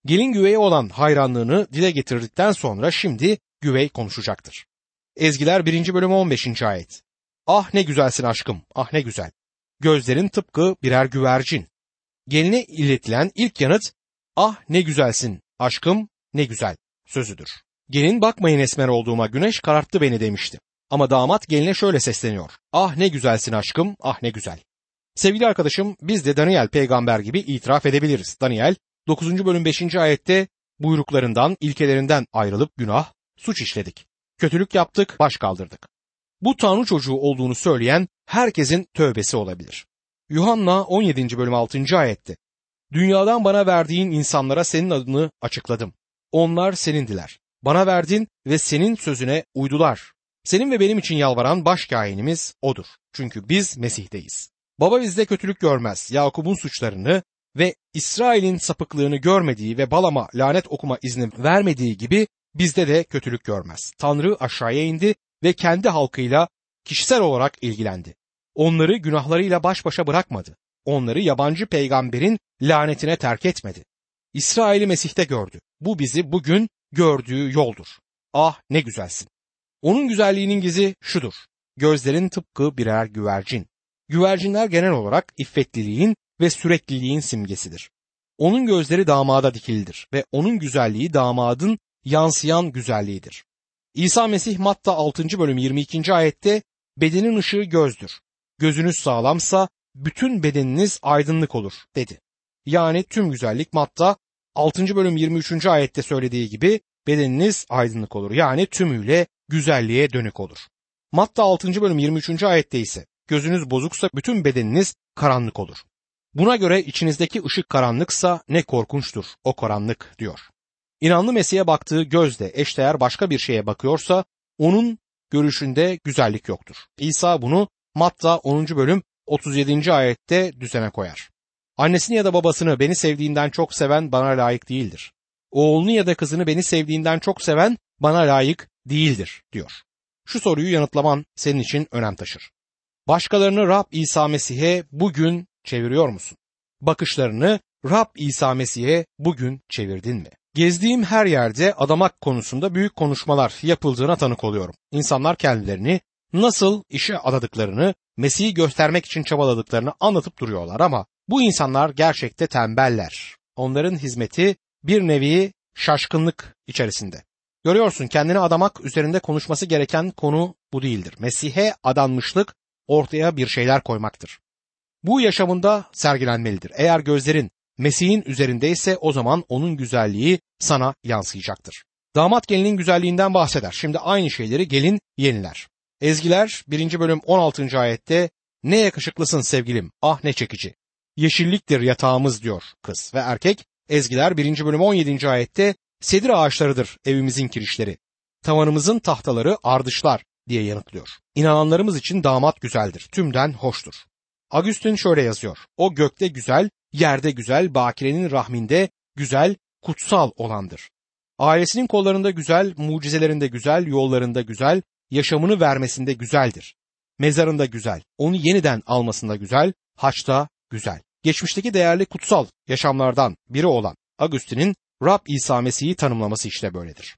Gelin güveye olan hayranlığını dile getirdikten sonra şimdi güvey konuşacaktır. Ezgiler 1. bölüm 15. ayet. Ah ne güzelsin aşkım, ah ne güzel. Gözlerin tıpkı birer güvercin. Geline iletilen ilk yanıt, ah ne güzelsin aşkım, ne güzel sözüdür. Gelin bakmayın esmer olduğuma, güneş kararttı beni demişti. Ama damat geline şöyle sesleniyor. Ah ne güzelsin aşkım, ah ne güzel. Sevgili arkadaşım, biz de Daniel peygamber gibi itiraf edebiliriz. Daniel 9. bölüm 5. ayette buyruklarından, ilkelerinden ayrılıp günah, suç işledik. Kötülük yaptık, baş kaldırdık. Bu Tanrı çocuğu olduğunu söyleyen herkesin tövbesi olabilir. Yuhanna 17. bölüm 6. ayette dünyadan bana verdiğin insanlara senin adını açıkladım. Onlar senindiler. Bana verdin ve senin sözüne uydular. Senin ve benim için yalvaran başkâhinimiz odur. Çünkü biz Mesih'teyiz. Baba bizde kötülük görmez. Yakup'un suçlarını ve İsrail'in sapıklığını görmediği ve Balam'a lanet okuma izni vermediği gibi bizde de kötülük görmez. Tanrı aşağıya indi ve kendi halkıyla kişisel olarak ilgilendi. Onları günahlarıyla baş başa bırakmadı. Onları yabancı peygamberin lanetine terk etmedi. İsrail'i Mesih'te gördü. Bu bizi bugün gördüğü yoldur. Ah ne güzelsin. Onun güzelliğinin gizi şudur. Gözlerin tıpkı birer güvercin. Güvercinler genel olarak iffetliliğin ve sürekliliğin simgesidir. Onun gözleri damada dikilidir ve onun güzelliği damadın yansıyan güzelliğidir. İsa Mesih Matta 6. bölüm 22. ayette bedenin ışığı gözdür. Gözünüz sağlamsa bütün bedeniniz aydınlık olur dedi. Yani tüm güzellik Matta 6. bölüm 23. ayette söylediği gibi bedeniniz aydınlık olur. Yani tümüyle güzelliğe dönük olur. Matta 6. bölüm 23. ayette ise gözünüz bozuksa bütün bedeniniz karanlık olur. Buna göre içinizdeki ışık karanlıksa ne korkunçtur o karanlık diyor. İnanlı Mesih'e baktığı gözle eşdeğer başka bir şeye bakıyorsa onun görüşünde güzellik yoktur. İsa bunu Matta 10. bölüm 37. ayette düzene koyar. Annesini ya da babasını beni sevdiğinden çok seven bana layık değildir. Oğlunu ya da kızını beni sevdiğinden çok seven bana layık değildir diyor. Şu soruyu yanıtlaman senin için önem taşır. Başkalarını Rab İsa Mesih'e bugün çeviriyor musun? Bakışlarını Rab İsa Mesih'e bugün çevirdin mi? Gezdiğim her yerde adamak konusunda büyük konuşmalar yapıldığına tanık oluyorum. İnsanlar kendilerini nasıl işe adadıklarını, Mesih'i göstermek için çabaladıklarını anlatıp duruyorlar ama bu insanlar gerçekte tembeller. Onların hizmeti bir nevi şaşkınlık içerisinde. Görüyorsun, kendini adamak üzerinde konuşması gereken konu bu değildir. Mesih'e adanmışlık ortaya bir şeyler koymaktır. Bu yaşamında sergilenmelidir. Eğer gözlerin Mesih'in üzerindeyse o zaman onun güzelliği sana yansıyacaktır. Damat gelinin güzelliğinden bahseder. Şimdi aynı şeyleri gelin yeniler. Ezgiler 1. bölüm 16. ayette ne yakışıklısın sevgilim, ah ne çekici. Yeşilliktir yatağımız diyor kız ve erkek. Ezgiler 1. bölüm 17. ayette sedir ağaçlarıdır evimizin kirişleri. Tavanımızın tahtaları ardışlar diye yanıtlıyor. İnananlarımız için damat güzeldir, tümden hoştur. Agustin şöyle yazıyor. O gökte güzel, yerde güzel, bakirenin rahminde güzel, kutsal olandır. Ailesinin kollarında güzel, mucizelerinde güzel, yollarında güzel, yaşamını vermesinde güzeldir. Mezarında güzel, onu yeniden almasında güzel, haçta güzel. Geçmişteki değerli kutsal yaşamlardan biri olan Agustin'in Rab İsa Mesih'i tanımlaması işte böyledir.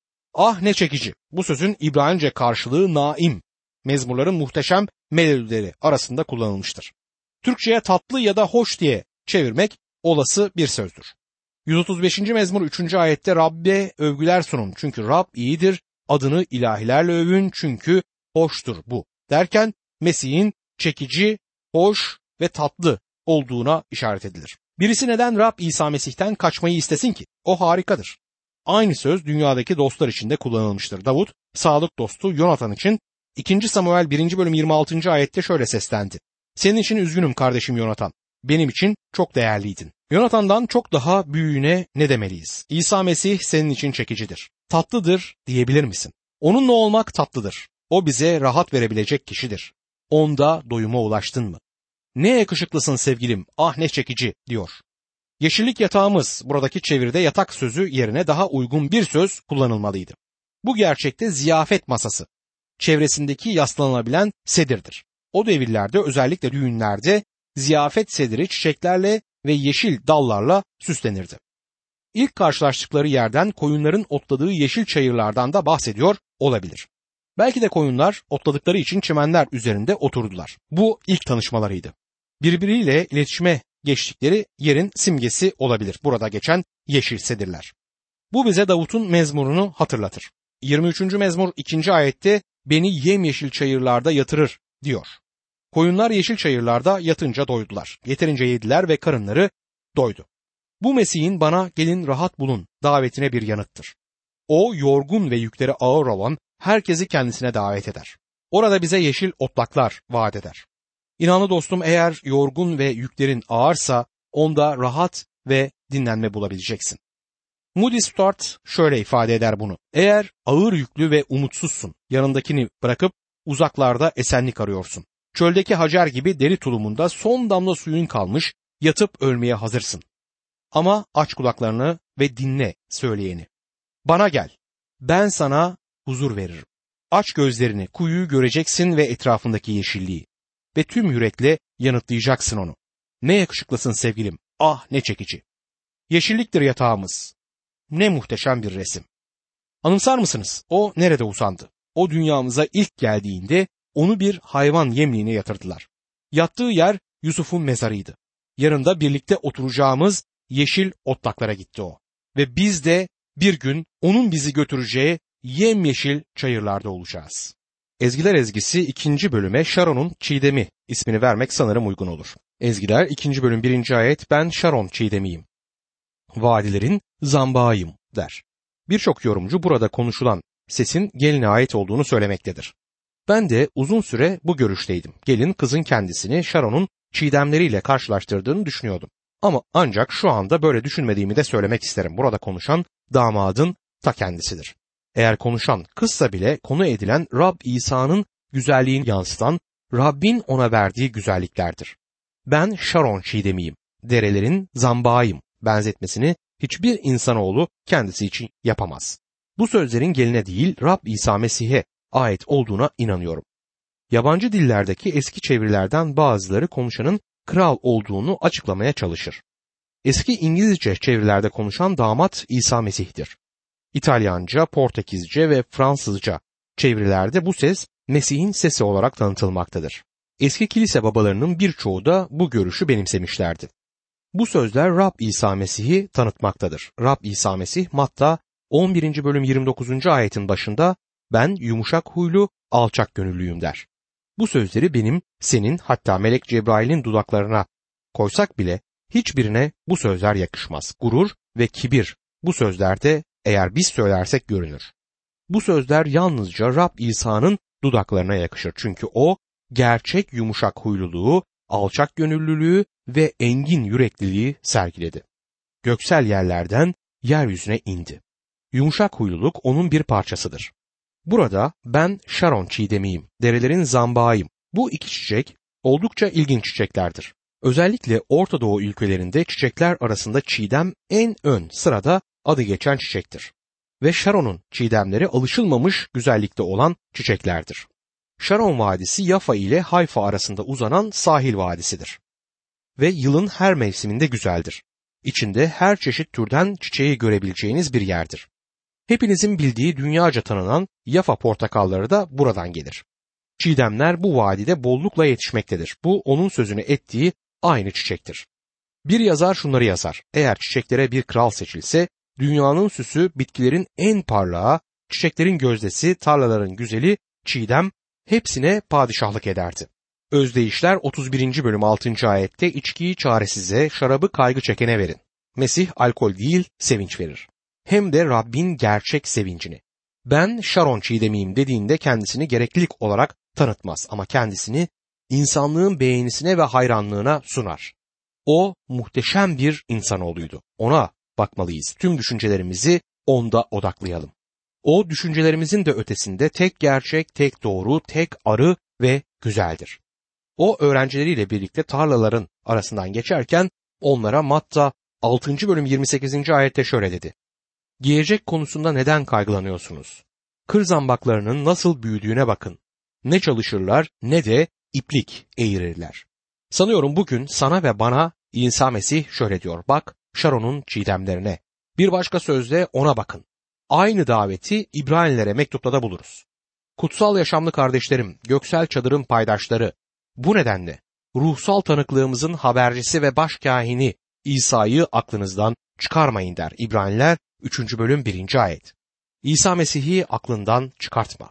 Ah ne çekici. Bu sözün İbranice karşılığı naim. Mezmurların muhteşem melodileri arasında kullanılmıştır. Türkçe'ye tatlı ya da hoş diye çevirmek olası bir sözdür. 135. mezmur 3. ayette Rabbe övgüler sunun çünkü Rab iyidir, adını ilahilerle övün çünkü hoştur bu derken Mesih'in çekici, hoş ve tatlı olduğuna işaret edilir. Birisi neden Rab İsa Mesih'ten kaçmayı istesin ki? O harikadır. Aynı söz dünyadaki dostlar için de kullanılmıştır. Davut, sağlık dostu Yonatan için 2. Samuel 1. bölüm 26. ayette şöyle seslendi. Senin için üzgünüm kardeşim Yonatan. Benim için çok değerliydin. Yonatan'dan çok daha büyüğüne ne demeliyiz? İsa Mesih senin için çekicidir. Tatlıdır diyebilir misin? Onunla olmak tatlıdır. O bize rahat verebilecek kişidir. Onda doyuma ulaştın mı? Ne yakışıklısın sevgilim, ah ne çekici diyor. Yeşillik yatağımız buradaki çeviride yatak sözü yerine daha uygun bir söz kullanılmalıydı. Bu gerçekte ziyafet masası, çevresindeki yaslanılabilen sedirdir. O devirlerde özellikle düğünlerde ziyafet sediri çiçeklerle ve yeşil dallarla süslenirdi. İlk karşılaştıkları yerden koyunların otladığı yeşil çayırlardan da bahsediyor olabilir. Belki de koyunlar otladıkları için çimenler üzerinde oturdular. Bu ilk tanışmalarıydı. Birbiriyle iletişime geçtikleri yerin simgesi olabilir. Burada geçen yeşil sedirler. Bu bize Davut'un mezmurunu hatırlatır. 23. mezmur 2. ayette beni yemyeşil çayırlarda yatırır diyor. Koyunlar yeşil çayırlarda yatınca doydular. Yeterince yediler ve karınları doydu. Bu Mesih'in bana gelin rahat bulun davetine bir yanıttır. O yorgun ve yükleri ağır olan herkesi kendisine davet eder. Orada bize yeşil otlaklar vaat eder. İnanlı dostum, eğer yorgun ve yüklerin ağırsa onda rahat ve dinlenme bulabileceksin. Moody Stuart şöyle ifade eder bunu. Eğer ağır yüklü ve umutsuzsun, yanındakini bırakıp uzaklarda esenlik arıyorsun. Çöldeki Hacer gibi deri tulumunda son damla suyun kalmış, yatıp ölmeye hazırsın. Ama aç kulaklarını ve dinle söyleyeni. Bana gel, ben sana huzur veririm. Aç gözlerini, kuyuyu göreceksin ve etrafındaki yeşilliği. Ve tüm yürekle yanıtlayacaksın onu. Ne yakışıklısın sevgilim, ah ne çekici. Yeşilliktir yatağımız. Ne muhteşem bir resim. Anımsar mısınız? O nerede uzandı? O dünyamıza ilk geldiğinde onu bir hayvan yemliğine yatırdılar. Yattığı yer Yusuf'un mezarıydı. Yanında birlikte oturacağımız yeşil otlaklara gitti o. Ve biz de bir gün onun bizi götüreceği yemyeşil çayırlarda olacağız. Ezgiler ezgisi 2. bölüme Şaron'un çiğdemi ismini vermek sanırım uygun olur. Ezgiler 2. bölüm 1. ayet ben Şaron çiğdemiyim. Vadilerin zambağıyım der. Birçok yorumcu burada konuşulan sesin geline ait olduğunu söylemektedir. Ben de uzun süre bu görüşteydim. Gelin kızın kendisini Şaron'un çiğdemleriyle karşılaştırdığını düşünüyordum. Ama ancak şu anda böyle düşünmediğimi de söylemek isterim. Burada konuşan damadın ta kendisidir. Eğer konuşan kızsa bile konu edilen Rab İsa'nın güzelliğini yansıtan Rabbin ona verdiği güzelliklerdir. Ben Şaron çiğdemiyim, derelerin zambağıyım benzetmesini hiçbir insanoğlu kendisi için yapamaz. Bu sözlerin geline değil Rab İsa Mesih'e ait olduğuna inanıyorum. Yabancı dillerdeki eski çevirilerden bazıları konuşanın kral olduğunu açıklamaya çalışır. Eski İngilizce çevirilerde konuşan damat İsa Mesih'tir. İtalyanca, Portekizce ve Fransızca çevirilerde bu ses Mesih'in sesi olarak tanıtılmaktadır. Eski kilise babalarının birçoğu da bu görüşü benimsemişlerdi. Bu sözler Rab İsa Mesih'i tanıtmaktadır. Rab İsa Mesih Matta 11. bölüm 29. ayetin başında ben yumuşak huylu, alçak gönüllüyüm der. Bu sözleri benim, senin hatta Melek Cebrail'in dudaklarına koysak bile hiçbirine bu sözler yakışmaz. Gurur ve kibir bu sözlerde eğer biz söylersek görünür. Bu sözler yalnızca Rab İsa'nın dudaklarına yakışır. Çünkü o gerçek yumuşak huyluluğu, alçak gönüllülüğü ve engin yürekliliği sergiledi. Göksel yerlerden yeryüzüne indi. Yumuşak huyluluk onun bir parçasıdır. Burada ben Şaron çiğdemiyim, derelerin zambağıyım. Bu iki çiçek oldukça ilginç çiçeklerdir. Özellikle Orta Doğu ülkelerinde çiçekler arasında çiğdem en ön sırada adı geçen çiçektir. Ve Şaron'un çiğdemleri alışılmamış güzellikte olan çiçeklerdir. Şaron Vadisi Yafa ile Hayfa arasında uzanan sahil vadisidir. Ve yılın her mevsiminde güzeldir. İçinde her çeşit türden çiçeği görebileceğiniz bir yerdir. Hepinizin bildiği dünyaca tanınan Yafa portakalları da buradan gelir. Çiğdemler bu vadide bollukla yetişmektedir. Bu onun sözünü ettiği aynı çiçektir. Bir yazar şunları yazar. Eğer çiçeklere bir kral seçilse, dünyanın süsü, bitkilerin en parlağı, çiçeklerin gözdesi, tarlaların güzeli, çiğdem hepsine padişahlık ederdi. Özdeyişler 31. bölüm 6. ayette içkiyi çaresize, şarabı kaygı çekene verin. Mesih alkol değil, sevinç verir. Hem de Rabbin gerçek sevincini. Ben Şaron çiğdemiyim dediğinde kendisini gereklilik olarak tanıtmaz ama kendisini insanlığın beğenisine ve hayranlığına sunar. O muhteşem bir insanoğluydu. Ona bakmalıyız. Tüm düşüncelerimizi onda odaklayalım. O düşüncelerimizin de ötesinde tek gerçek, tek doğru, tek arı ve güzeldir. O öğrencileriyle birlikte tarlaların arasından geçerken onlara Matta 6. bölüm 28. ayette şöyle dedi. Giyecek konusunda neden kaygılanıyorsunuz? Kır zambaklarının nasıl büyüdüğüne bakın. Ne çalışırlar ne de iplik eğirirler. Sanıyorum bugün sana ve bana İsa Mesih şöyle diyor. Bak Şaron'un çiğdemlerine. Bir başka sözle ona bakın. Aynı daveti İbranilere mektupta da buluruz. Kutsal yaşamlı kardeşlerim, göksel çadırın paydaşları, bu nedenle ruhsal tanıklığımızın habercisi ve başkâhini İsa'yı aklınızdan çıkarmayın der İbraniler 3. bölüm 1. ayet. İsa Mesih'i aklından çıkartma.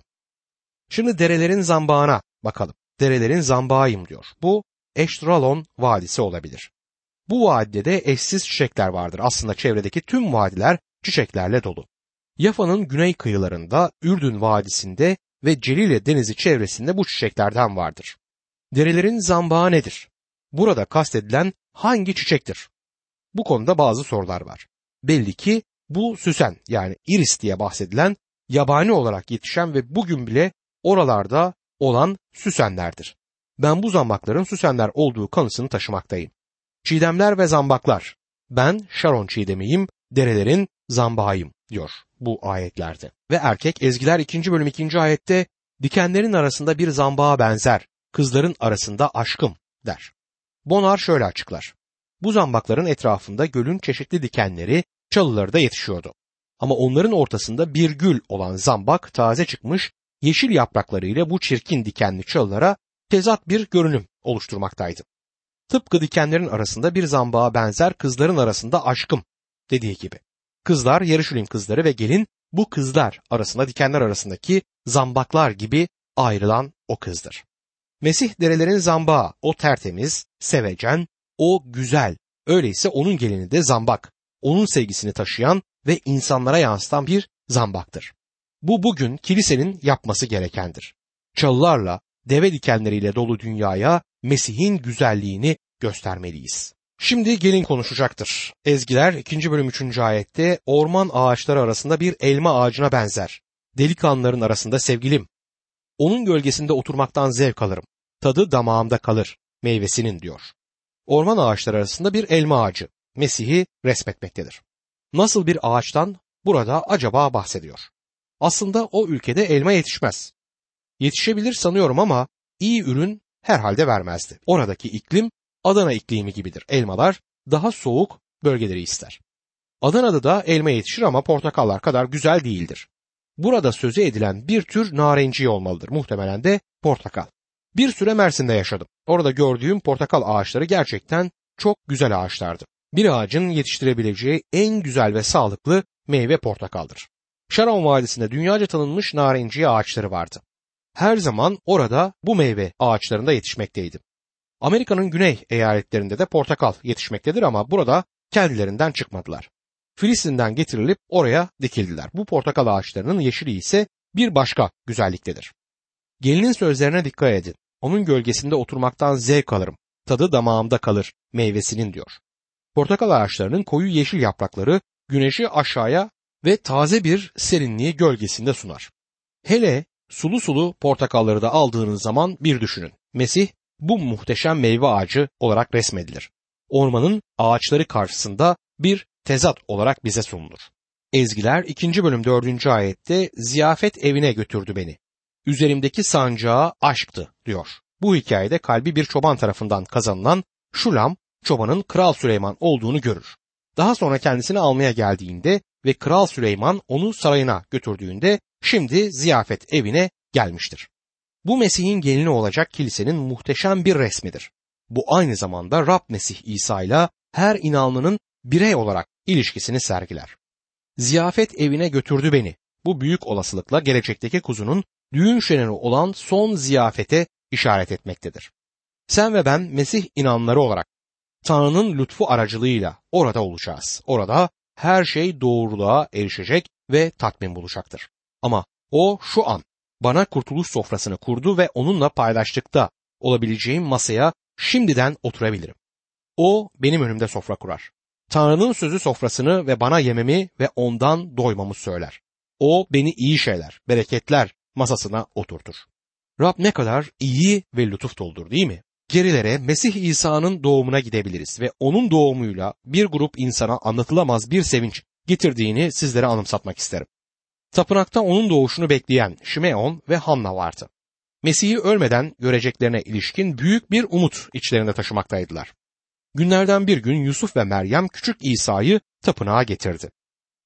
Şimdi derelerin zambağına bakalım. Derelerin zambağıyım diyor. Bu Eştralon Vadisi olabilir. Bu vadide de eşsiz çiçekler vardır. Aslında çevredeki tüm vadiler çiçeklerle dolu. Yafa'nın güney kıyılarında, Ürdün Vadisi'nde ve Celile Denizi çevresinde bu çiçeklerden vardır. Derelerin zambağı nedir? Burada kastedilen hangi çiçektir? Bu konuda bazı sorular var. Belli ki bu süsen yani iris diye bahsedilen yabani olarak yetişen ve bugün bile oralarda olan süsenlerdir. Ben bu zambakların süsenler olduğu kanısını taşımaktayım. Çiğdemler ve zambaklar. Ben Şaron çiğdemiyim, derelerin zambağıyım diyor bu ayetlerde. Ve erkek Ezgiler 2. bölüm 2. ayette dikenlerin arasında bir zambağa benzer, kızların arasında aşkım der. Bonar şöyle açıklar. Bu zambakların etrafında gölün çeşitli dikenleri, çalıları da yetişiyordu. Ama onların ortasında bir gül olan zambak taze çıkmış yeşil yapraklarıyla bu çirkin dikenli çalılara tezat bir görünüm oluşturmaktaydı. Tıpkı dikenlerin arasında bir zambağa benzer kızların arasında aşkım dediği gibi. Kızlar Yeruşalim kızları ve gelin bu kızlar arasında dikenler arasındaki zambaklar gibi ayrılan o kızdır. Mesih derelerin zambağı, o tertemiz, sevecen, o güzel, öyleyse onun gelini de zambak, onun sevgisini taşıyan ve insanlara yansıtan bir zambaktır. Bu bugün kilisenin yapması gerekendir. Çalılarla, deve dikenleriyle dolu dünyaya Mesih'in güzelliğini göstermeliyiz. Şimdi gelin konuşacaktır. Ezgiler 2. bölüm 3. ayette orman ağaçları arasında bir elma ağacına benzer. Delikanlıların arasında sevgilim. Onun gölgesinde oturmaktan zevk alırım. Tadı damağımda kalır meyvesinin diyor. Orman ağaçları arasında bir elma ağacı Mesih'i resmetmektedir. Nasıl bir ağaçtan burada acaba bahsediyor? Aslında o ülkede elma yetişmez. Yetişebilir sanıyorum ama iyi ürün herhalde vermezdi. Oradaki iklim Adana iklimi gibidir. Elmalar daha soğuk bölgeleri ister. Adana'da da elma yetişir ama portakallar kadar güzel değildir. Burada sözü edilen bir tür narenciye olmalıdır. Muhtemelen de portakal. Bir süre Mersin'de yaşadım. Orada gördüğüm portakal ağaçları gerçekten çok güzel ağaçlardı. Bir ağacın yetiştirebileceği en güzel ve sağlıklı meyve portakaldır. Şaron Vadisi'nde dünyaca tanınmış narenciye ağaçları vardı. Her zaman orada bu meyve ağaçlarında yetişmekteydi. Amerika'nın güney eyaletlerinde de portakal yetişmektedir ama burada kendilerinden çıkmadılar. Filistin'den getirilip oraya dikildiler. Bu portakal ağaçlarının yeşili ise bir başka güzelliktedir. Gelinin sözlerine dikkat edin. Onun gölgesinde oturmaktan zevk alırım. Tadı damağımda kalır meyvesinin diyor. Portakal ağaçlarının koyu yeşil yaprakları güneşi aşağıya ve taze bir serinliği gölgesinde sunar. Hele sulu sulu portakalları da aldığınız zaman bir düşünün. Mesih bu muhteşem meyve ağacı olarak resmedilir. Ormanın ağaçları karşısında bir tezat olarak bize sunulur. Ezgiler 2. bölüm 4. ayette ziyafet evine götürdü beni. Üzerimdeki sancağı aşktı diyor. Bu hikayede kalbi bir çoban tarafından kazanılan Şulam çobanın Kral Süleyman olduğunu görür. Daha sonra kendisini almaya geldiğinde ve Kral Süleyman onu sarayına götürdüğünde şimdi ziyafet evine gelmiştir. Bu Mesih'in gelini olacak kilisenin muhteşem bir resmidir. Bu aynı zamanda Rab Mesih İsa ile her inanlının birey olarak ilişkisini sergiler. Ziyafet evine götürdü beni. Bu büyük olasılıkla gelecekteki kuzunun düğün şeneri olan son ziyafete işaret etmektedir. Sen ve ben Mesih inanları olarak Tanrı'nın lütfu aracılığıyla orada olacağız. Orada her şey doğruluğa erişecek ve tatmin bulacaktır. Ama o şu an bana kurtuluş sofrasını kurdu ve onunla paylaştıkta olabileceğim masaya şimdiden oturabilirim. O benim önümde sofra kurar. Tanrı'nın sözü sofrasını ve bana yememi ve ondan doymamı söyler. O beni iyi şeyler, bereketler masasına oturtur. Rab ne kadar iyi ve lütuf doludur değil mi? Gerilere Mesih İsa'nın doğumuna gidebiliriz ve onun doğumuyla bir grup insana anlatılamaz bir sevinç getirdiğini sizlere anımsatmak isterim. Tapınakta onun doğuşunu bekleyen Şimeon ve Hanna vardı. Mesih'i ölmeden göreceklerine ilişkin büyük bir umut içlerinde taşımaktaydılar. Günlerden bir gün Yusuf ve Meryem küçük İsa'yı tapınağa getirdi.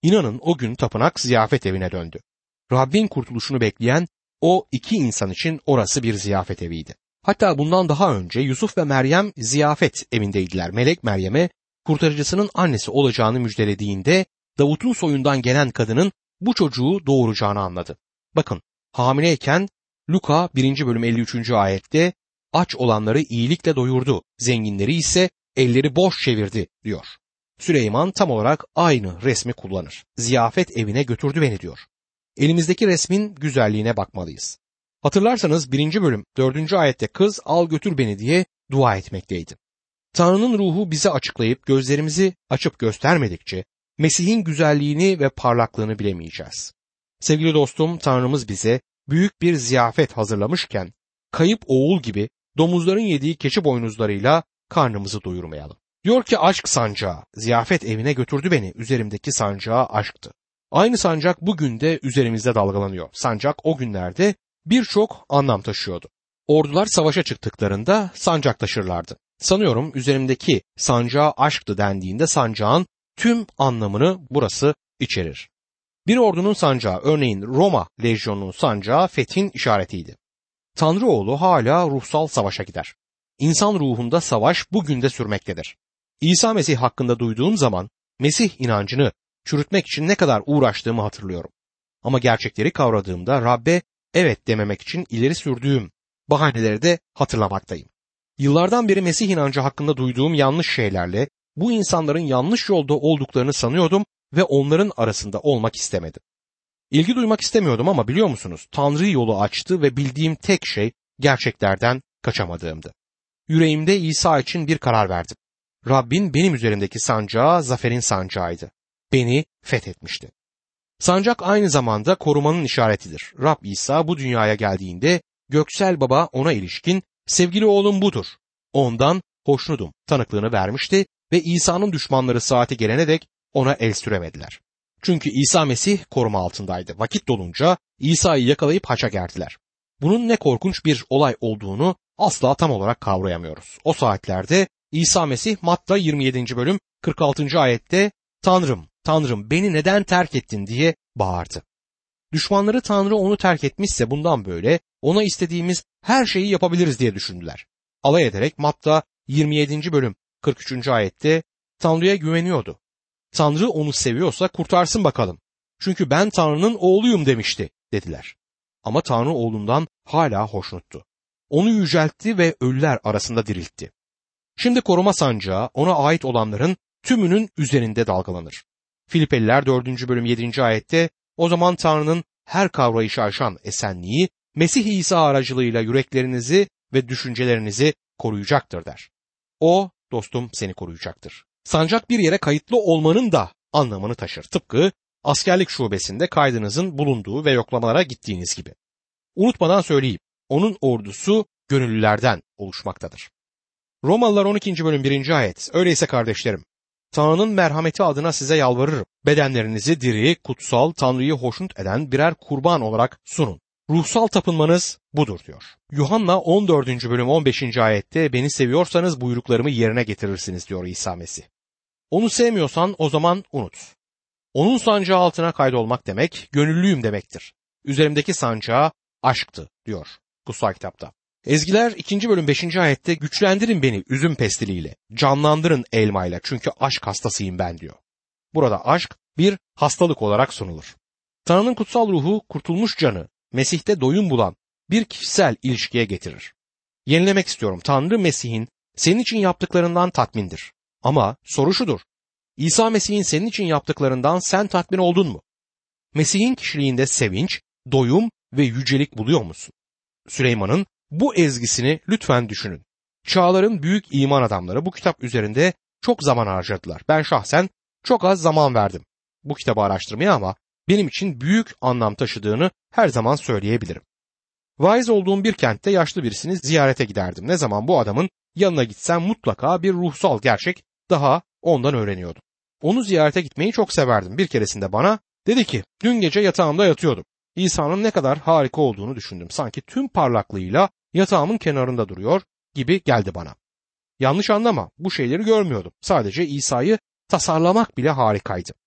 İnanın o gün tapınak ziyafet evine döndü. Rabbin kurtuluşunu bekleyen o iki insan için orası bir ziyafet eviydi. Hatta bundan daha önce Yusuf ve Meryem ziyafet evindeydiler. Melek Meryem'e kurtarıcısının annesi olacağını müjdelediğinde Davut'un soyundan gelen kadının bu çocuğu doğuracağını anladı. Bakın, hamileyken Luka 1. bölüm 53. ayette aç olanları iyilikle doyurdu, zenginleri ise elleri boş çevirdi diyor. Süleyman tam olarak aynı resmi kullanır. Ziyafet evine götürdü beni diyor. Elimizdeki resmin güzelliğine bakmalıyız. Hatırlarsanız 1. bölüm 4. ayette kız al götür beni diye dua etmekteydi. Tanrı'nın ruhu bize açıklayıp gözlerimizi açıp göstermedikçe Mesih'in güzelliğini ve parlaklığını bilemeyeceğiz. Sevgili dostum, Tanrımız bize büyük bir ziyafet hazırlamışken kayıp oğul gibi domuzların yediği keçi boynuzlarıyla karnımızı doyurmayalım. Diyor ki aşk sancağı, ziyafet evine götürdü beni, üzerimdeki sancağı aşktı. Aynı sancak bugün de üzerimizde dalgalanıyor. Sancak o günlerde birçok anlam taşıyordu. Ordular savaşa çıktıklarında sancak taşırlardı. Sanıyorum üzerimdeki sancağı aşktı dendiğinde sancağın tüm anlamını burası içerir. Bir ordunun sancağı, örneğin Roma lejyonunun sancağı fethin işaretiydi. Tanrı oğlu hala ruhsal savaşa gider. İnsan ruhunda savaş bugün de sürmektedir. İsa Mesih hakkında duyduğum zaman Mesih inancını çürütmek için ne kadar uğraştığımı hatırlıyorum. Ama gerçekleri kavradığımda Rabbe evet dememek için ileri sürdüğüm bahaneleri de hatırlamaktayım. Yıllardan beri Mesih inancı hakkında duyduğum yanlış şeylerle bu insanların yanlış yolda olduklarını sanıyordum ve onların arasında olmak istemedim. İlgi duymak istemiyordum ama biliyor musunuz, Tanrı yolu açtı ve bildiğim tek şey gerçeklerden kaçamadığımdı. Yüreğimde İsa için bir karar verdim. Rabbin benim üzerimdeki sancağı zaferin sancağıydı. Beni fethetmişti. Sancak aynı zamanda korumanın işaretidir. Rab İsa bu dünyaya geldiğinde göksel baba ona ilişkin sevgili oğlum budur, ondan hoşnutum tanıklığını vermişti ve İsa'nın düşmanları saati gelene dek ona el süremediler. Çünkü İsa Mesih koruma altındaydı. Vakit dolunca İsa'yı yakalayıp haça gerdiler. Bunun ne korkunç bir olay olduğunu asla tam olarak kavrayamıyoruz. O saatlerde İsa Mesih Matta 27. bölüm 46. ayette Tanrım, Tanrım beni neden terk ettin diye bağırdı. Düşmanları Tanrı onu terk etmişse bundan böyle ona istediğimiz her şeyi yapabiliriz diye düşündüler. Alay ederek Matta 27. bölüm 43. ayette Tanrı'ya güveniyordu. Tanrı onu seviyorsa kurtarsın bakalım. Çünkü ben Tanrı'nın oğluyum demişti dediler. Ama Tanrı oğlundan hala hoşnuttu. Onu yüceltti ve ölüler arasında diriltti. Şimdi koruma sancağı ona ait olanların tümünün üzerinde dalgalanır. Filipeliler 4. bölüm 7. ayette o zaman Tanrı'nın her kavrayışı aşan esenliği Mesih İsa aracılığıyla yüreklerinizi ve düşüncelerinizi koruyacaktır der. O dostum seni koruyacaktır. Sancak bir yere kayıtlı olmanın da anlamını taşır. Tıpkı askerlik şubesinde kaydınızın bulunduğu ve yoklamalara gittiğiniz gibi. Unutmadan söyleyeyim, onun ordusu gönüllülerden oluşmaktadır. Romalılar 12. bölüm 1. ayet. Öyleyse kardeşlerim, Tanrı'nın merhameti adına size yalvarırım. Bedenlerinizi diri, kutsal, Tanrı'yı hoşnut eden birer kurban olarak sunun. Ruhsal tapınmanız budur diyor. Yuhanna 14. bölüm 15. ayette beni seviyorsanız buyruklarımı yerine getirirsiniz diyor İsa Mesih. Onu sevmiyorsan o zaman unut. Onun sancağı altına kaydolmak demek gönüllüyüm demektir. Üzerimdeki sancağı aşktı diyor kutsal kitapta. Ezgiler 2. bölüm 5. ayette güçlendirin beni üzüm pestiliyle, canlandırın elmayla çünkü aşk hastasıyım ben diyor. Burada aşk bir hastalık olarak sunulur. Tanrı'nın kutsal ruhu kurtulmuş canı Mesih'te doyum bulan bir kişisel ilişkiye getirir. Yenilemek istiyorum. Tanrı Mesih'in senin için yaptıklarından tatmindir. Ama soru şudur. İsa Mesih'in senin için yaptıklarından sen tatmin oldun mu? Mesih'in kişiliğinde sevinç, doyum ve yücelik buluyor musun? Süleyman'ın bu ezgisini lütfen düşünün. Çağların büyük iman adamları bu kitap üzerinde çok zaman harcadılar. Ben şahsen çok az zaman verdim bu kitabı araştırmaya ama benim için büyük anlam taşıdığını her zaman söyleyebilirim. Vaiz olduğum bir kentte yaşlı birisini ziyarete giderdim. Ne zaman bu adamın yanına gitsem mutlaka bir ruhsal gerçek daha ondan öğreniyordum. Onu ziyarete gitmeyi çok severdim. Bir keresinde bana dedi ki dün gece yatağımda yatıyordum. İsa'nın ne kadar harika olduğunu düşündüm. Sanki tüm parlaklığıyla yatağımın kenarında duruyor gibi geldi bana. Yanlış anlama, bu şeyleri görmüyordum. Sadece İsa'yı tasarlamak bile harikaydı.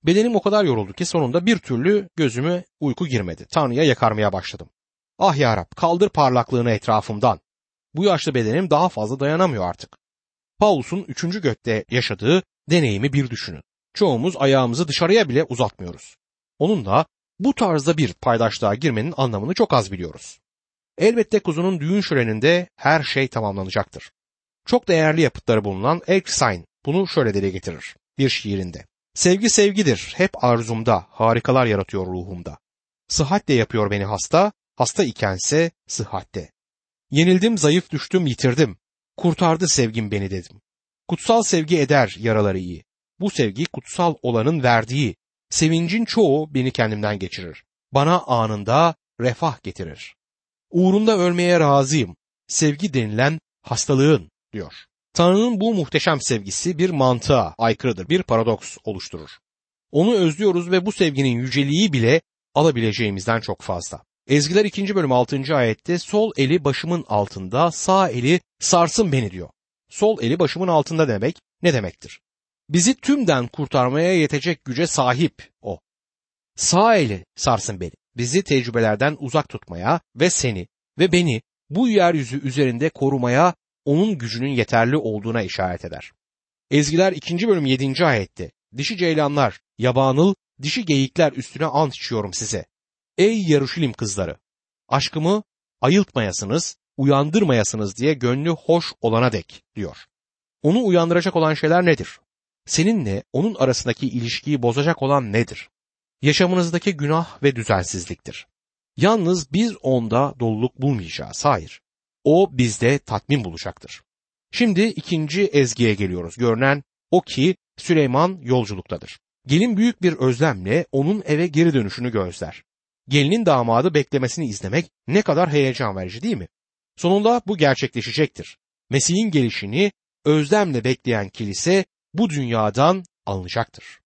Bedenim o kadar yoruldu ki sonunda bir türlü gözüme uyku girmedi. Tanrı'ya yakarmaya başladım. Ah ya Rab, kaldır parlaklığını etrafımdan. Bu yaşlı bedenim daha fazla dayanamıyor artık. Paulus'un 3. gökte yaşadığı deneyimi bir düşünün. Çoğumuz ayağımızı dışarıya bile uzatmıyoruz. Onunla bu tarzda bir paydaşlığa girmenin anlamını çok az biliyoruz. Elbette kuzunun düğün şöleninde her şey tamamlanacaktır. Çok değerli yapıtları bulunan Erskine bunu şöyle dile getirir bir şiirinde. Sevgi sevgidir, hep arzumda, harikalar yaratıyor ruhumda. Sıhhatle yapıyor beni hasta, hasta ikense sıhhatte. Yenildim, zayıf düştüm, yitirdim. Kurtardı sevgim beni dedim. Kutsal sevgi eder yaraları iyi. Bu sevgi kutsal olanın verdiği. Sevincin çoğu beni kendimden geçirir. Bana anında refah getirir. Uğrunda ölmeye razıyım. Sevgi denilen hastalığın diyor. Tanrı'nın bu muhteşem sevgisi bir mantığa aykırıdır, bir paradoks oluşturur. Onu özlüyoruz ve bu sevginin yüceliği bile alabileceğimizden çok fazla. Ezgiler 2. bölüm 6. ayette sol eli başımın altında, sağ eli sarsın beni diyor. Sol eli başımın altında demek ne demektir? Bizi tümden kurtarmaya yetecek güce sahip o. Sağ eli sarsın beni. Bizi tecrübelerden uzak tutmaya ve seni ve beni bu yeryüzü üzerinde korumaya onun gücünün yeterli olduğuna işaret eder. Ezgiler 2. bölüm 7. ayette dişi ceylanlar, yabanıl, dişi geyikler üstüne ant içiyorum size. Ey Yaruşilim kızları! Aşkımı ayıltmayasınız, uyandırmayasınız diye gönlü hoş olana dek diyor. Onu uyandıracak olan şeyler nedir? Seninle onun arasındaki ilişkiyi bozacak olan nedir? Yaşamınızdaki günah ve düzensizliktir. Yalnız biz onda doluluk bulmayacağız. Hayır. O bizde tatmin bulacaktır. Şimdi 2. ezgiye geliyoruz. Görünen o ki Süleyman yolculuktadır. Gelin büyük bir özlemle onun eve geri dönüşünü gözler. Gelinin damadı beklemesini izlemek ne kadar heyecan verici değil mi? Sonunda bu gerçekleşecektir. Mesih'in gelişini özlemle bekleyen kilise bu dünyadan alınacaktır.